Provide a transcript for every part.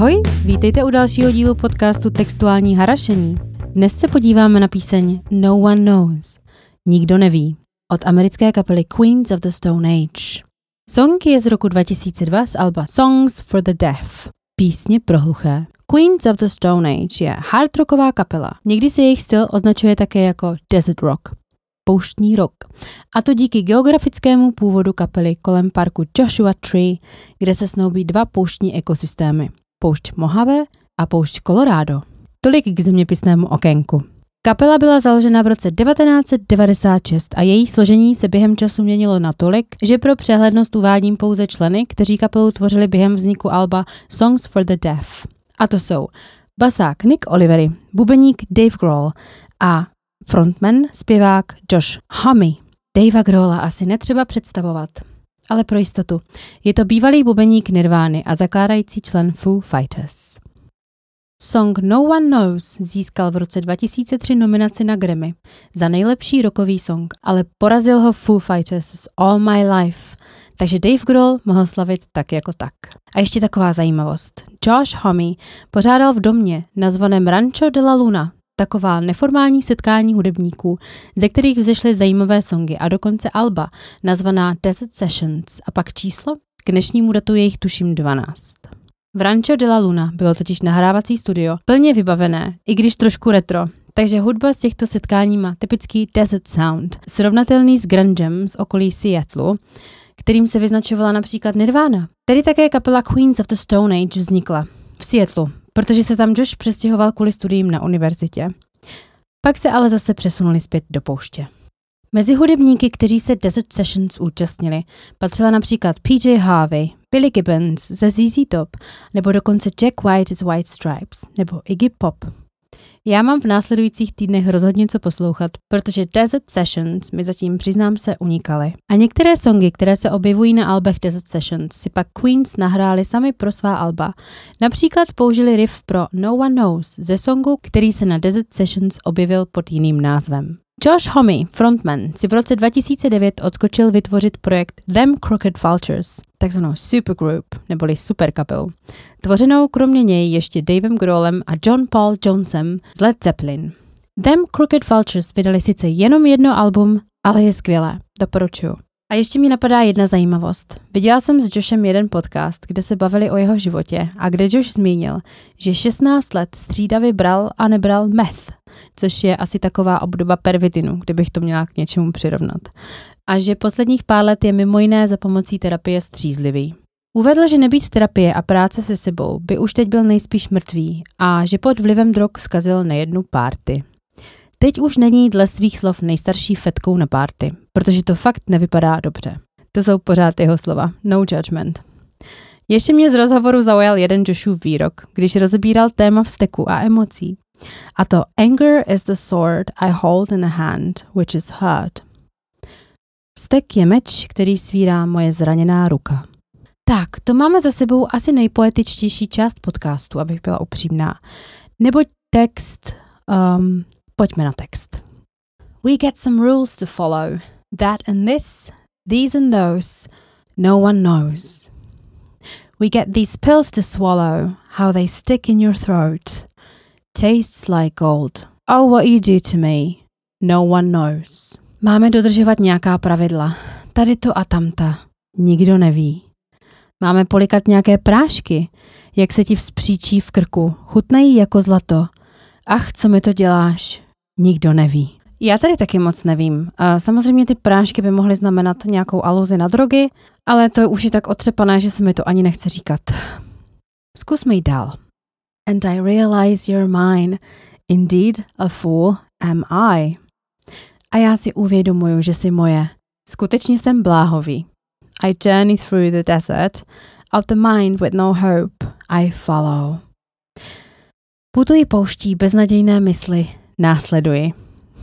Ahoj, vítejte u dalšího dílu podcastu Textuální harašení. Dnes se podíváme na píseň No One Knows, Nikdo neví, od americké kapely Queens of the Stone Age. Song je z roku 2002 z alba Songs for the Deaf, písně pro hluché. Queens of the Stone Age je hard rocková kapela. Někdy se jejich styl označuje také jako desert rock, pouštní rock. A to díky geografickému původu kapely kolem parku Joshua Tree, kde se snoubí dva pouštní ekosystémy. Poušť Mojave a poušť Colorado. Tolik k zeměpisnému okénku. Kapela byla založena v roce 1996 a její složení se během času měnilo natolik, že pro přehlednost uvádím pouze členy, kteří kapelu tvořili během vzniku alba Songs for the Deaf. A to jsou basák Nick Olivery, bubeník Dave Grohl a frontman, zpěvák Josh Homme. Davea Grohla asi netřeba představovat, ale pro jistotu. Je to bývalý bubeník Nirvány a zakládající člen Foo Fighters. Song No One Knows získal v roce 2003 nominaci na Grammy za nejlepší rockový song, ale porazil ho Foo Fighters s All My Life, takže Dave Grohl mohl slavit tak jako tak. A ještě taková zajímavost. Josh Homme pořádal v domě nazvaném Rancho de la Luna taková neformální setkání hudebníků, ze kterých vzešly zajímavé songy a dokonce alba nazvaná Desert Sessions a pak číslo, k dnešnímu datu je jich tuším 12. V Rancho de la Luna bylo totiž nahrávací studio plně vybavené, i když trošku retro, takže hudba z těchto setkání má typický desert sound, srovnatelný s grungem z okolí Seattleu, kterým se vyznačovala například Nirvana. Tedy také kapela Queens of the Stone Age vznikla v Seattleu, protože se tam Josh přestěhoval kvůli studiím na univerzitě. Pak se ale zase přesunuli zpět do pouště. Mezi hudebníky, kteří se Desert Sessions účastnili, patřila například PJ Harvey, Billy Gibbons ze ZZ Top, nebo dokonce Jack White z White Stripes, nebo Iggy Pop. Já mám v následujících týdnech rozhodně co poslouchat, protože Desert Sessions mi zatím, přiznám se, unikaly. A některé songy, které se objevují na albech Desert Sessions, si pak Queens nahráli sami pro svá alba. Například použili riff pro No One Knows ze songu, který se na Desert Sessions objevil pod jiným názvem. Josh Homme, frontman, si v roce 2009 odskočil vytvořit projekt Them Crooked Vultures, takzvanou supergroup, neboli superkapelu, tvořenou kromě něj ještě Davem Grohlem a John Paul Jonesem z Led Zeppelin. Them Crooked Vultures vydali sice jenom jedno album, ale je skvělé, doporučuju. A ještě mi napadá jedna zajímavost. Viděla jsem s Joshem jeden podcast, kde se bavili o jeho životě a kde Josh zmínil, že 16 let střídavě bral a nebral meth, což je asi taková obdoba pervitinu, kdybych to měla k něčemu přirovnat. A že posledních pár let je mimo jiné za pomocí terapie střízlivý. Uvedl, že nebýt terapie a práce se sebou by už teď byl nejspíš mrtvý a že pod vlivem drog zkazil nejednu párty. Teď už není dle svých slov nejstarší fetkou na párty, protože to fakt nevypadá dobře. To jsou pořád jeho slova, no judgment. Ještě mě z rozhovoru zaujal jeden Joshův výrok, když rozebíral téma vzteku a emocí. A to anger is the sword I hold in a hand, which is hurt. Vztek je meč, který svírá moje zraněná ruka. Tak, to máme za sebou asi nejpoetičtější část podcastu, abych byla upřímná. Neboť text... Pojďme na text. We get some rules to follow. That and this, these and those, no one knows. We get these pills to swallow, how they stick in your throat. Tastes like gold. Oh, what you do to me, no one knows. Máme dodržovat nějaká pravidla. Tady to a tamta. Nikdo neví. Máme polikat nějaké prášky, jak se ti vzpříčí v krku. Chutnají jako zlato. Ach, co mi to děláš? Nikdo neví. Já tady taky moc nevím. Samozřejmě ty prášky by mohly znamenat nějakou aluzi na drogy, ale to už je tak otřepané, že se mi to ani nechce říkat. Zkusme jít dál. And I realize you're mine. Indeed, a fool am I. A já si uvědomuju, že jsi moje. Skutečně jsem bláhový. I journey through the desert. Of the mind with no hope, I follow. Putuji pouští beznadějné mysli, následuji.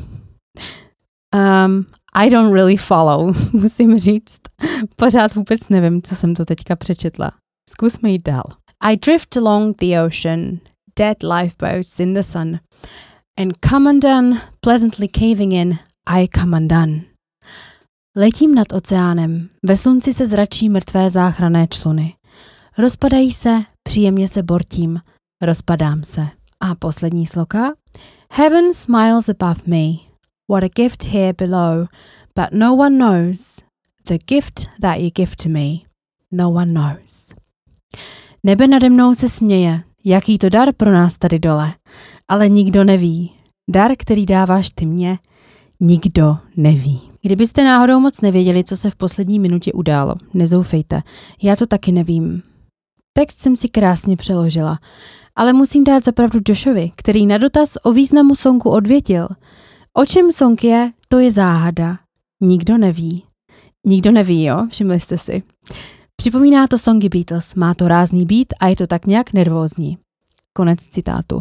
I don't really follow, musím říct. Pořád vůbec nevím, co jsem to teďka přečetla. Zkusme jít dál. I drift along the ocean, dead lifeboats in the sun, and come undone, pleasantly caving in, I come undone. Letím nad oceánem, ve slunci se zračí mrtvé záchranné čluny. Rozpadají se, příjemně se bortím, rozpadám se. A poslední sloka. Heaven smiles above me. What a gift here below, but no one knows the gift that you give to me. No one knows. Nebe nade mnou se směje, jaký to dar pro nás tady dole, ale nikdo neví. Dar, který dáváš ty mně, nikdo neví. Kdybyste náhodou moc nevěděli, co se v poslední minutě událo, nezoufejte, já to taky nevím. Text jsem si krásně přeložila, ale musím dát za pravdu Joshovi, který na dotaz o významu songu odvětil. O čem song je, to je záhada. Nikdo neví. Nikdo neví, jo? Všimli jste si. Připomíná to songy Beatles, má to rázný beat a je to tak nějak nervózní. Konec citátu.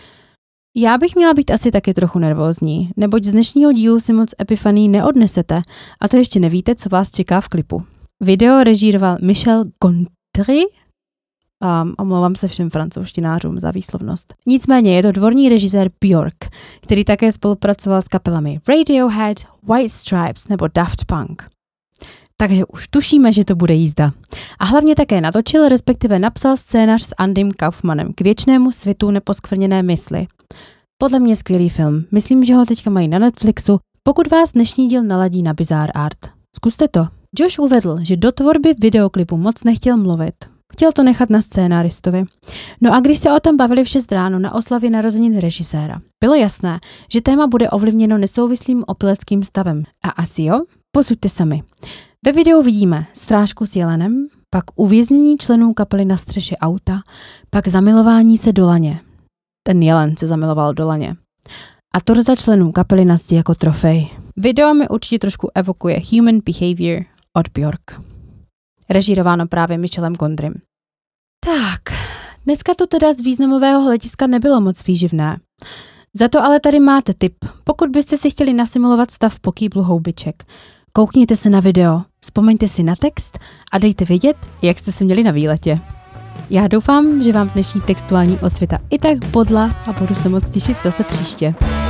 Já bych měla být asi taky trochu nervózní, neboť z dnešního dílu si moc epifaní neodnesete a to ještě nevíte, co vás čeká v klipu. Video režíroval Michel Gondry, omlouvám se všem francouzštinářům za výslovnost. Nicméně je to dvorní režisér Björk, který také spolupracoval s kapelami Radiohead, White Stripes nebo Daft Punk. Takže už tušíme, že to bude jízda. A hlavně také natočil, respektive napsal scénář s Andym Kaufmanem k Věčnému světu neposkvrněné mysli. Podle mě skvělý film. Myslím, že ho teďka mají na Netflixu. Pokud vás dnešní díl naladí na Bizarre Art, zkuste to. Josh uvedl, že do tvorby videoklipu moc nechtěl mluvit. Chtěl to nechat na scénáristovi. No a když se o tom bavili v 6 ráno na oslavě narozenin režiséra, bylo jasné, že téma bude ovlivněno nesouvislým opileckým stavem. A asi jo? Posuďte sami. Ve videu vidíme strážku s jelenem, pak uvěznění členů kapely na střeše auta, pak zamilování se do laně. Ten jelen se zamiloval do laně. A torza členů kapely na zdi jako trofej. Video mi určitě trošku evokuje Human Behavior od Björk. Režírováno právě Michelem Gondrym. Tak, dneska to teda z významového hlediska nebylo moc výživné. Za to ale tady máte tip. Pokud byste si chtěli nasimulovat stav po kýblu houbiček, koukněte se na video, vzpomeňte si na text a dejte vědět, jak jste se měli na výletě. Já doufám, že vám dnešní textuální osvěta i tak bodla a budu se moc těšit zase příště.